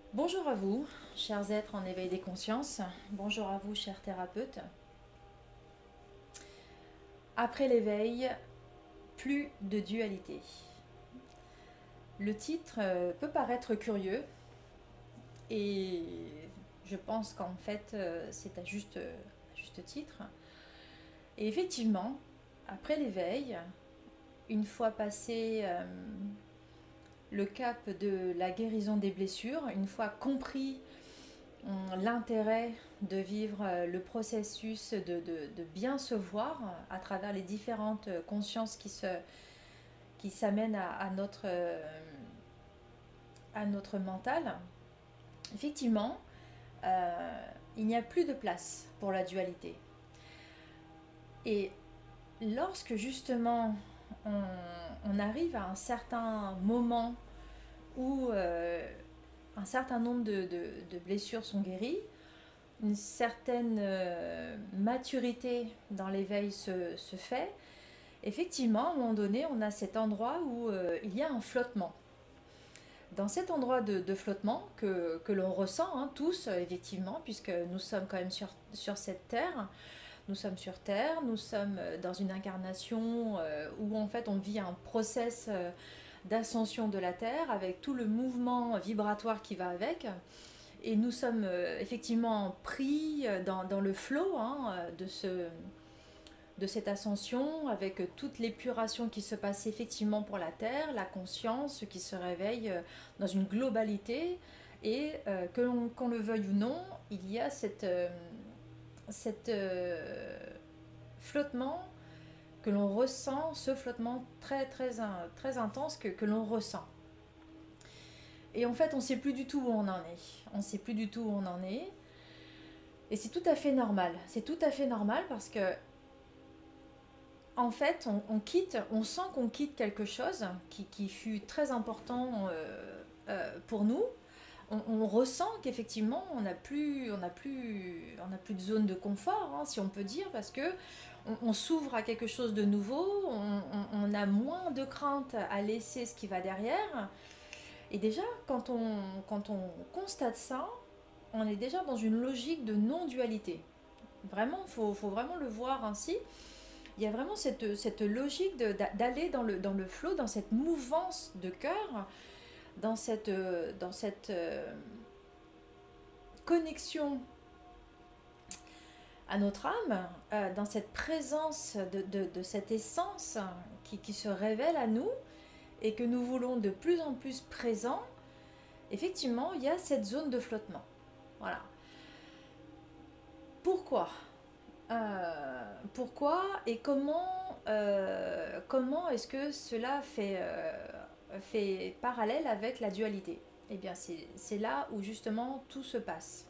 Bonjour à vous, chers êtres en éveil des consciences. Bonjour à vous, chers thérapeutes. Après l'éveil, plus de dualité. Le titre peut paraître curieux et je pense qu'en fait c'est à juste titre. Et effectivement, après l'éveil, une fois passé le cap de la guérison des blessures, une fois compris l'intérêt de vivre le processus de bien se voir à travers les différentes consciences qui s'amènent à notre mental, effectivement, il n'y a plus de place pour la dualité. Et lorsque justement on arrive à un certain moment où un certain nombre de blessures sont guéries, une certaine maturité dans l'éveil se fait, effectivement, à un moment donné, on a cet endroit où il y a un flottement. Dans cet endroit de flottement que l'on ressent tous, effectivement, puisque nous sommes quand même sur cette terre, nous sommes sur terre, nous sommes dans une incarnation où en fait on vit un process d'ascension de la terre avec tout le mouvement vibratoire qui va avec. Et nous sommes effectivement pris dans le flow de cette ascension, avec toute l'épuration qui se passe effectivement pour la Terre, la conscience qui se réveille dans une globalité, et qu'on le veuille ou non, il y a cette flottement que l'on ressent, ce flottement très très très intense que l'on ressent. Et en fait, on ne sait plus du tout où on en est. On ne sait plus du tout où on en est. Et c'est tout à fait normal. C'est tout à fait normal parce que, en fait, on sent qu'on quitte quelque chose qui fut très important pour nous. On ressent qu'effectivement, on n'a plus de zone de confort, si on peut dire, parce que on s'ouvre à quelque chose de nouveau. On a moins de crainte à laisser ce qui va derrière. Et déjà, quand on constate ça, on est déjà dans une logique de non-dualité. Vraiment, faut vraiment le voir ainsi. Il y a vraiment cette logique d'aller dans le flow, dans cette mouvance de cœur, dans cette connexion à notre âme, dans cette présence de cette essence qui se révèle à nous et que nous voulons de plus en plus présent. Effectivement, il y a cette zone de flottement. Voilà. Pourquoi pourquoi et comment est-ce que cela fait parallèle avec la dualité? Eh bien, c'est là où justement tout se passe.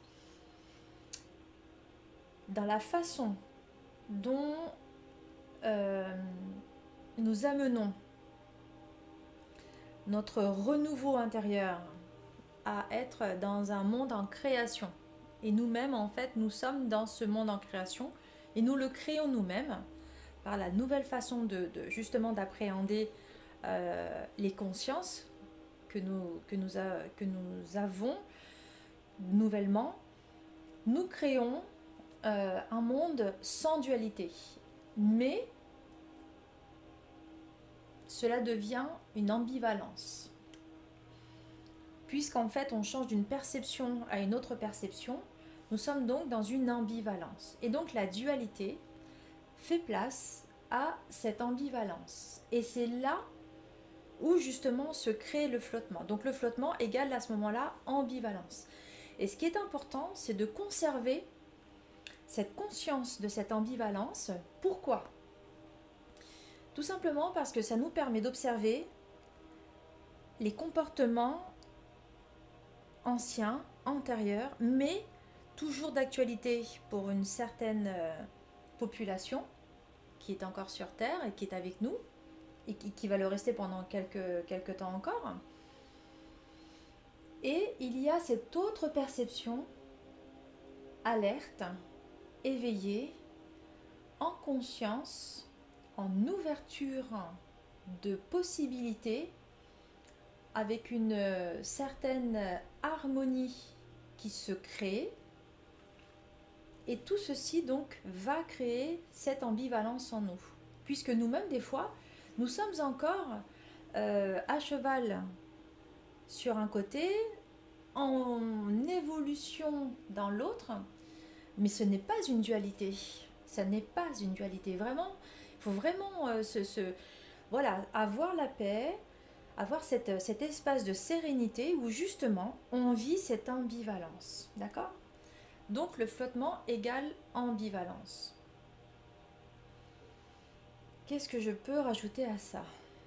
Dans la façon dont euh, nous amenons notre renouveau intérieur à être dans un monde en création. Et nous-mêmes, en fait, nous sommes dans ce monde en création et nous le créons nous-mêmes par la nouvelle façon justement d'appréhender les consciences que nous avons nouvellement. Nous créons un monde sans dualité. Mais cela devient une ambivalence. Puisqu'en fait on change d'une perception à une autre perception, nous sommes donc dans une ambivalence. Et donc la dualité fait place à cette ambivalence. Et c'est là où justement se crée le flottement. Donc le flottement égale à ce moment-là ambivalence. Et ce qui est important, c'est de conserver cette conscience de cette ambivalence. Pourquoi? Tout simplement parce que ça nous permet d'observer les comportements anciens, antérieurs, mais toujours d'actualité pour une certaine population qui est encore sur Terre et qui est avec nous et qui va le rester pendant quelques temps encore. Et il y a cette autre perception, alerte, éveillée, en conscience, en ouverture de possibilités avec une certaine harmonie qui se crée. Et tout ceci donc va créer cette ambivalence en nous. Puisque nous-mêmes, des fois, nous sommes encore à cheval sur un côté, en évolution dans l'autre, mais ce n'est pas une dualité. Ça n'est pas une dualité. Vraiment, il faut vraiment voilà, avoir la paix, avoir cet espace de sérénité où justement on vit cette ambivalence. D'accord? Donc le flottement égale ambivalence. Qu'est-ce que je peux rajouter à ça?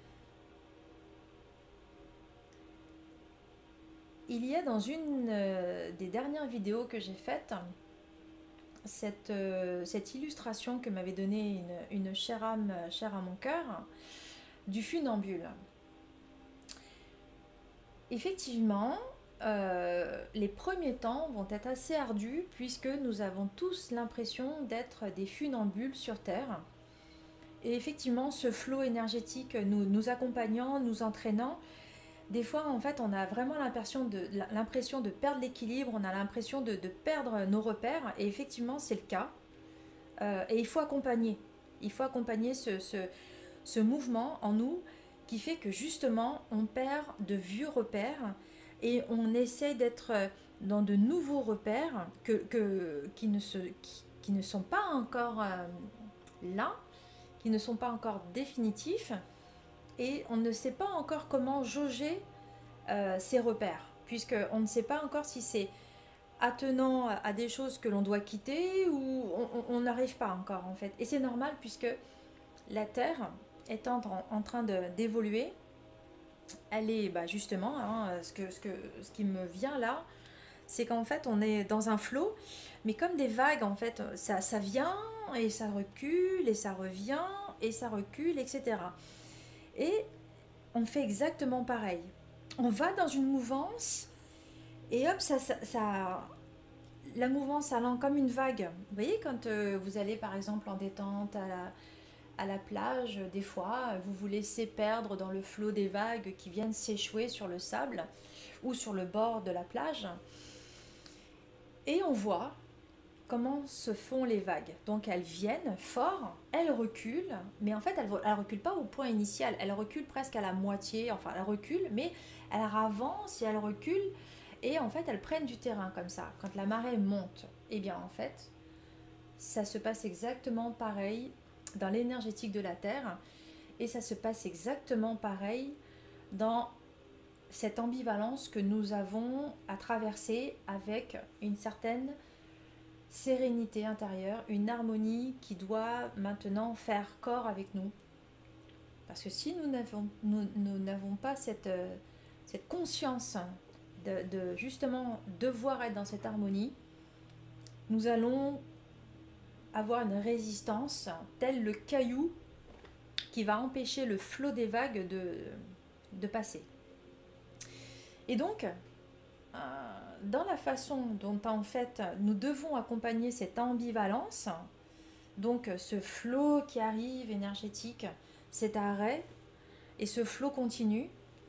Il y a dans une des dernières vidéos que j'ai faites, cette illustration que m'avait donnée une chère âme, chère à mon cœur, du funambule. Effectivement, les premiers temps vont être assez ardus puisque nous avons tous l'impression d'être des funambules sur Terre. Et effectivement, ce flot énergétique nous accompagnant, nous entraînant, des fois, en fait, on a vraiment l'impression de perdre l'équilibre, on a l'impression de perdre nos repères, et effectivement, c'est le cas. Et il faut accompagner. Il faut accompagner ce mouvement en nous qui fait que justement, on perd de vieux repères et on essaie d'être dans de nouveaux repères qui ne sont pas encore là, qui ne sont pas encore définitifs. Et on ne sait pas encore comment jauger ces repères, puisqu'on ne sait pas encore si c'est attenant à des choses que l'on doit quitter ou on n'arrive pas encore en fait. Et c'est normal puisque la Terre étant en train d'évoluer, elle est justement, hein, ce qui me vient là, c'est qu'en fait on est dans un flot, mais comme des vagues en fait, ça vient et ça recule et ça revient et ça recule, etc. Et on fait exactement pareil. On va dans une mouvance et hop, la mouvance allant comme une vague. Vous voyez, quand vous allez par exemple en détente à la plage, des fois, vous vous laissez perdre dans le flot des vagues qui viennent s'échouer sur le sable ou sur le bord de la plage. Et on voit comment se font les vagues. Donc elles viennent fort, elles reculent, mais en fait elles ne reculent pas au point initial, elles reculent presque à la moitié, enfin elles reculent, mais elles avancent et elles reculent, et en fait elles prennent du terrain comme ça. Quand la marée monte, et bien en fait, ça se passe exactement pareil dans l'énergétique de la Terre, et ça se passe exactement pareil dans cette ambivalence que nous avons à traverser avec une certaine sérénité intérieure, une harmonie qui doit maintenant faire corps avec nous. Parce que si nous n'avons pas cette conscience de justement devoir être dans cette harmonie, nous allons avoir une résistance tel le caillou qui va empêcher le flot des vagues de passer. Et donc, dans la façon dont en fait nous devons accompagner cette ambivalence, donc ce flot qui arrive énergétique, cet arrêt et ce flot continu,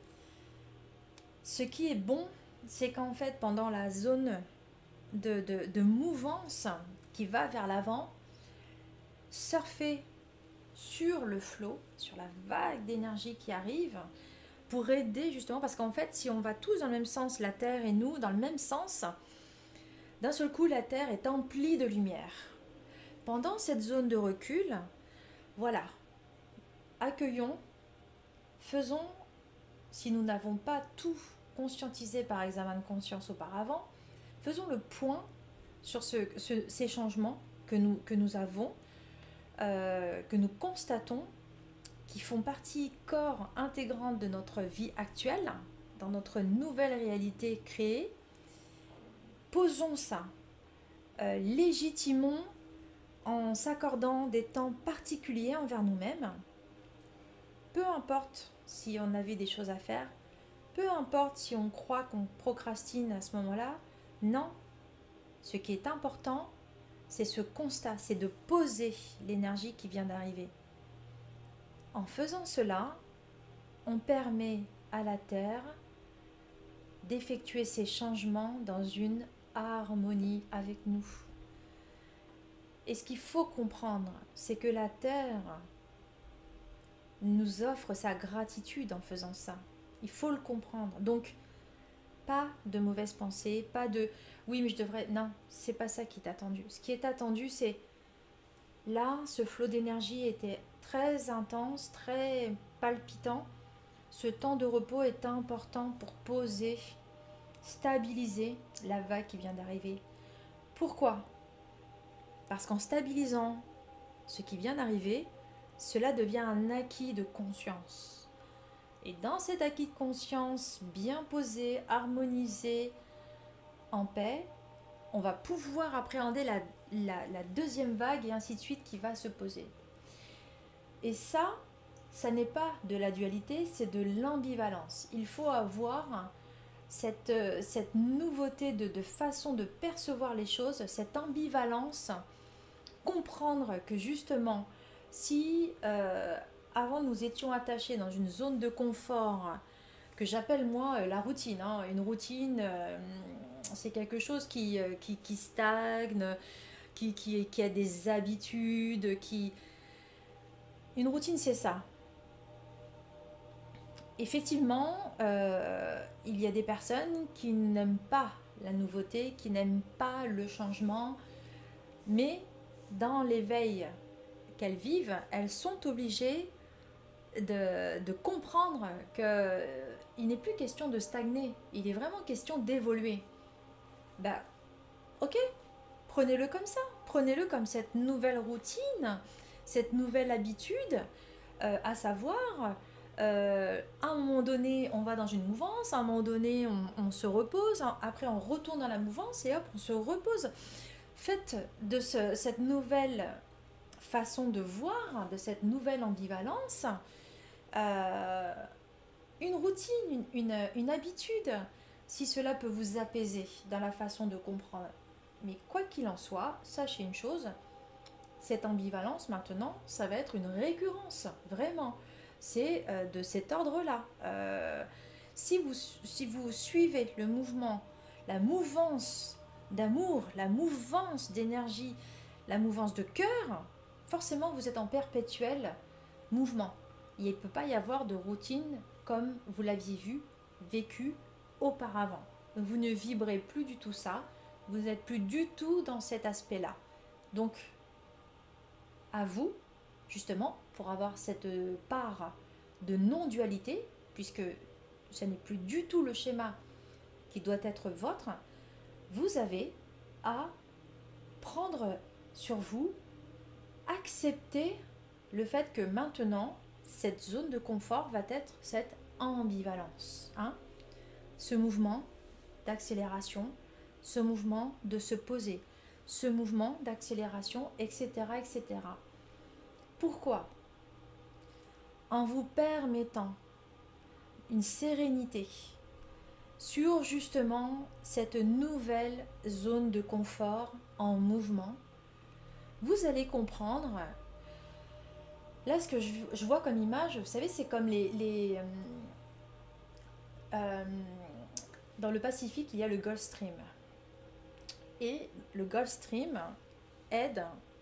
ce qui est bon, c'est qu'en fait pendant la zone de mouvance qui va vers l'avant, surfer sur le flot, sur la vague d'énergie qui arrive, pour aider justement, parce qu'en fait si on va tous dans le même sens, la Terre et nous dans le même sens, d'un seul coup la Terre est emplie de lumière. Pendant cette zone de recul, voilà, accueillons, faisons, si nous n'avons pas tout conscientisé par examen de conscience auparavant, faisons le point sur ces changements que nous avons, que nous constatons, qui font partie corps intégrante de notre vie actuelle, dans notre nouvelle réalité créée. Posons ça, légitimons en s'accordant des temps particuliers envers nous-mêmes. Peu importe si on avait des choses à faire, peu importe si on croit qu'on procrastine à ce moment-là, non. Ce qui est important, c'est ce constat, c'est de poser l'énergie qui vient d'arriver. En faisant cela, on permet à la Terre d'effectuer ces changements dans une harmonie avec nous. Et ce qu'il faut comprendre, c'est que la Terre nous offre sa gratitude en faisant ça. Il faut le comprendre. Donc, pas de mauvaises pensées, pas de oui, mais je devrais. Non, c'est pas ça qui est attendu. Ce qui est attendu, c'est là, ce flot d'énergie était très intense, très palpitant. Ce temps de repos est important pour poser, stabiliser la vague qui vient d'arriver. Pourquoi? Parce qu'en stabilisant ce qui vient d'arriver, cela devient un acquis de conscience. Et dans cet acquis de conscience bien posé, harmonisé, en paix, on va pouvoir appréhender la deuxième vague et ainsi de suite qui va se poser. Et ça n'est pas de la dualité, c'est de l'ambivalence. Il faut avoir cette nouveauté de façon de percevoir les choses, cette ambivalence, comprendre que justement, si avant nous étions attachés dans une zone de confort que j'appelle moi la routine, une routine, c'est quelque chose qui stagne, qui a des habitudes, Une routine, c'est ça. Effectivement, il y a des personnes qui n'aiment pas la nouveauté, qui n'aiment pas le changement, mais dans l'éveil qu'elles vivent, elles sont obligées de comprendre qu'il n'est plus question de stagner, il est vraiment question d'évoluer. Bah, ok, prenez-le comme ça, prenez-le comme cette nouvelle routine, cette nouvelle habitude, à savoir, à un moment donné, on va dans une mouvance, à un moment donné, on se repose, après on retourne dans la mouvance et hop, on se repose. Faites de cette nouvelle façon de voir, de cette nouvelle ambivalence, une routine, une habitude, si cela peut vous apaiser dans la façon de comprendre. Mais quoi qu'il en soit, sachez une chose, cette ambivalence maintenant, ça va être une récurrence, vraiment. C'est de cet ordre-là. Si vous suivez le mouvement, la mouvance d'amour, la mouvance d'énergie, la mouvance de cœur, forcément vous êtes en perpétuel mouvement. Il ne peut pas y avoir de routine comme vous l'aviez vécu auparavant. Vous ne vibrez plus du tout ça, vous n'êtes plus du tout dans cet aspect-là. Donc, à vous, justement, pour avoir cette part de non-dualité, puisque ce n'est plus du tout le schéma qui doit être vôtre, vous avez à prendre sur vous, accepter le fait que maintenant, cette zone de confort va être cette ambivalence. Ce mouvement d'accélération, ce mouvement de se poser, ce mouvement d'accélération, etc., etc. Pourquoi? En vous permettant une sérénité sur justement cette nouvelle zone de confort en mouvement, vous allez comprendre. Là, ce que je vois comme image, vous savez, c'est comme dans le Pacifique, il y a le Gulf Stream. Et le Gulf Stream aide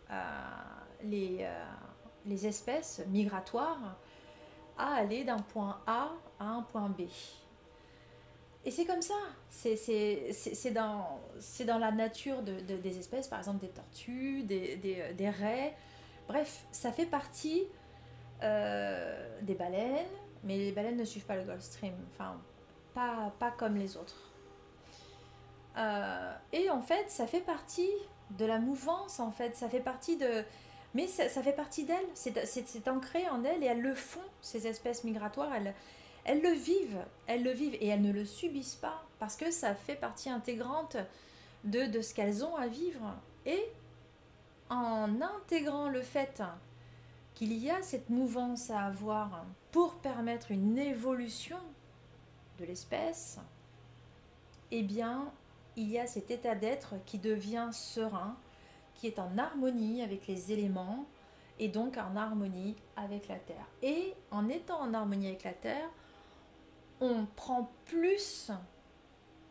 les espèces migratoires à aller d'un point A à un point B. Et c'est comme ça, c'est dans la nature des espèces, par exemple des tortues, des raies. Bref, ça fait partie des baleines, mais les baleines ne suivent pas le Gulf Stream, enfin, pas comme les autres. Et en fait, ça fait partie de la mouvance, en fait, ça fait partie de... Mais ça fait partie d'elles, c'est ancré en elles et elles le font, ces espèces migratoires, elles le vivent et elles ne le subissent pas parce que ça fait partie intégrante de ce qu'elles ont à vivre. Et en intégrant le fait qu'il y a cette mouvance à avoir pour permettre une évolution de l'espèce, eh bien, il y a cet état d'être qui devient serein, qui est en harmonie avec les éléments et donc en harmonie avec la Terre. Et en étant en harmonie avec la Terre, on prend plus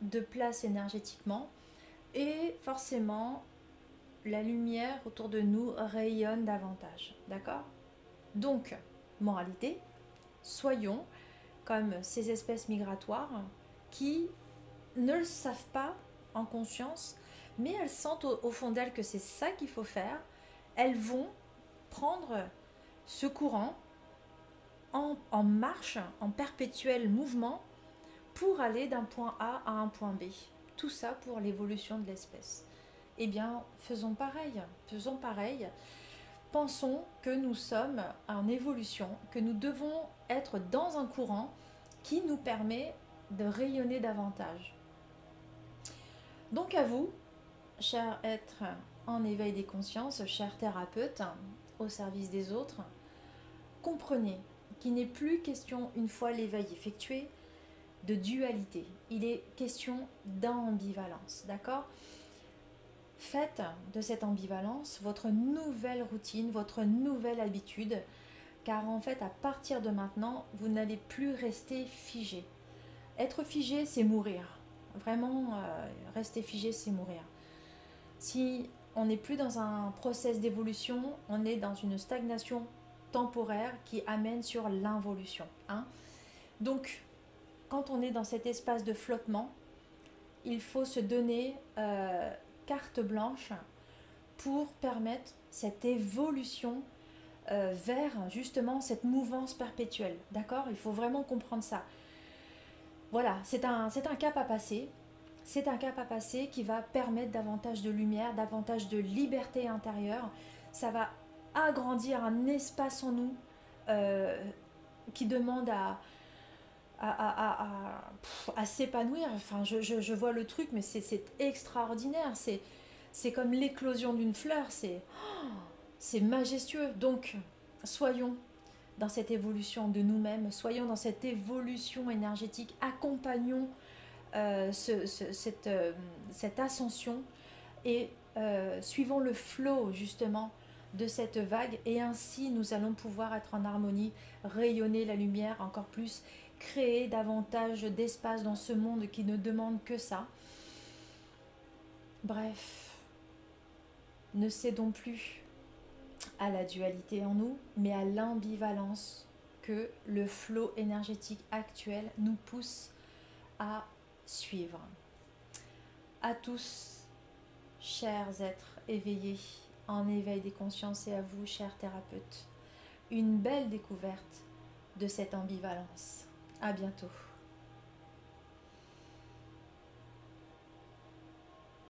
de place énergétiquement et forcément la lumière autour de nous rayonne davantage. D'accord? Donc, moralité, soyons comme ces espèces migratoires qui ne le savent pas en conscience, mais elles sentent au fond d'elles que c'est ça qu'il faut faire. Elles vont prendre ce courant en marche, en perpétuel mouvement, pour aller d'un point A à un point B. Tout ça pour l'évolution de l'espèce. Eh bien, faisons pareil, faisons pareil. Pensons que nous sommes en évolution, que nous devons être dans un courant qui nous permet de rayonner davantage. Donc à vous, chers êtres en éveil des consciences, chers thérapeutes au service des autres, comprenez qu'il n'est plus question, une fois l'éveil effectué, de dualité. Il est question d'ambivalence, d'accord? Faites de cette ambivalence votre nouvelle routine, votre nouvelle habitude, car en fait, à partir de maintenant, vous n'allez plus rester figé. Être figé, c'est mourir. Vraiment, rester figé, c'est mourir. Si on n'est plus dans un process d'évolution, on est dans une stagnation temporaire qui amène sur l'involution. Hein. Donc, quand on est dans cet espace de flottement, il faut se donner carte blanche pour permettre cette évolution vers justement cette mouvance perpétuelle. D'accord? Il faut vraiment comprendre ça. Voilà, c'est un cap à passer. C'est un cap à passer qui va permettre davantage de lumière, davantage de liberté intérieure. Ça va agrandir un espace en nous qui demande à s'épanouir. Enfin, je vois le truc, mais c'est extraordinaire. C'est comme l'éclosion d'une fleur. C'est majestueux. Donc, soyons dans cette évolution de nous-mêmes, soyons dans cette évolution énergétique, accompagnons cette ascension et suivons le flow justement de cette vague et ainsi nous allons pouvoir être en harmonie, rayonner la lumière encore plus, créer davantage d'espace dans ce monde qui ne demande que ça. Bref, ne cédons plus à la dualité en nous, mais à l'ambivalence que le flot énergétique actuel nous pousse à suivre. À tous, chers êtres éveillés, en éveil des consciences, et à vous, chers thérapeutes, une belle découverte de cette ambivalence. À bientôt.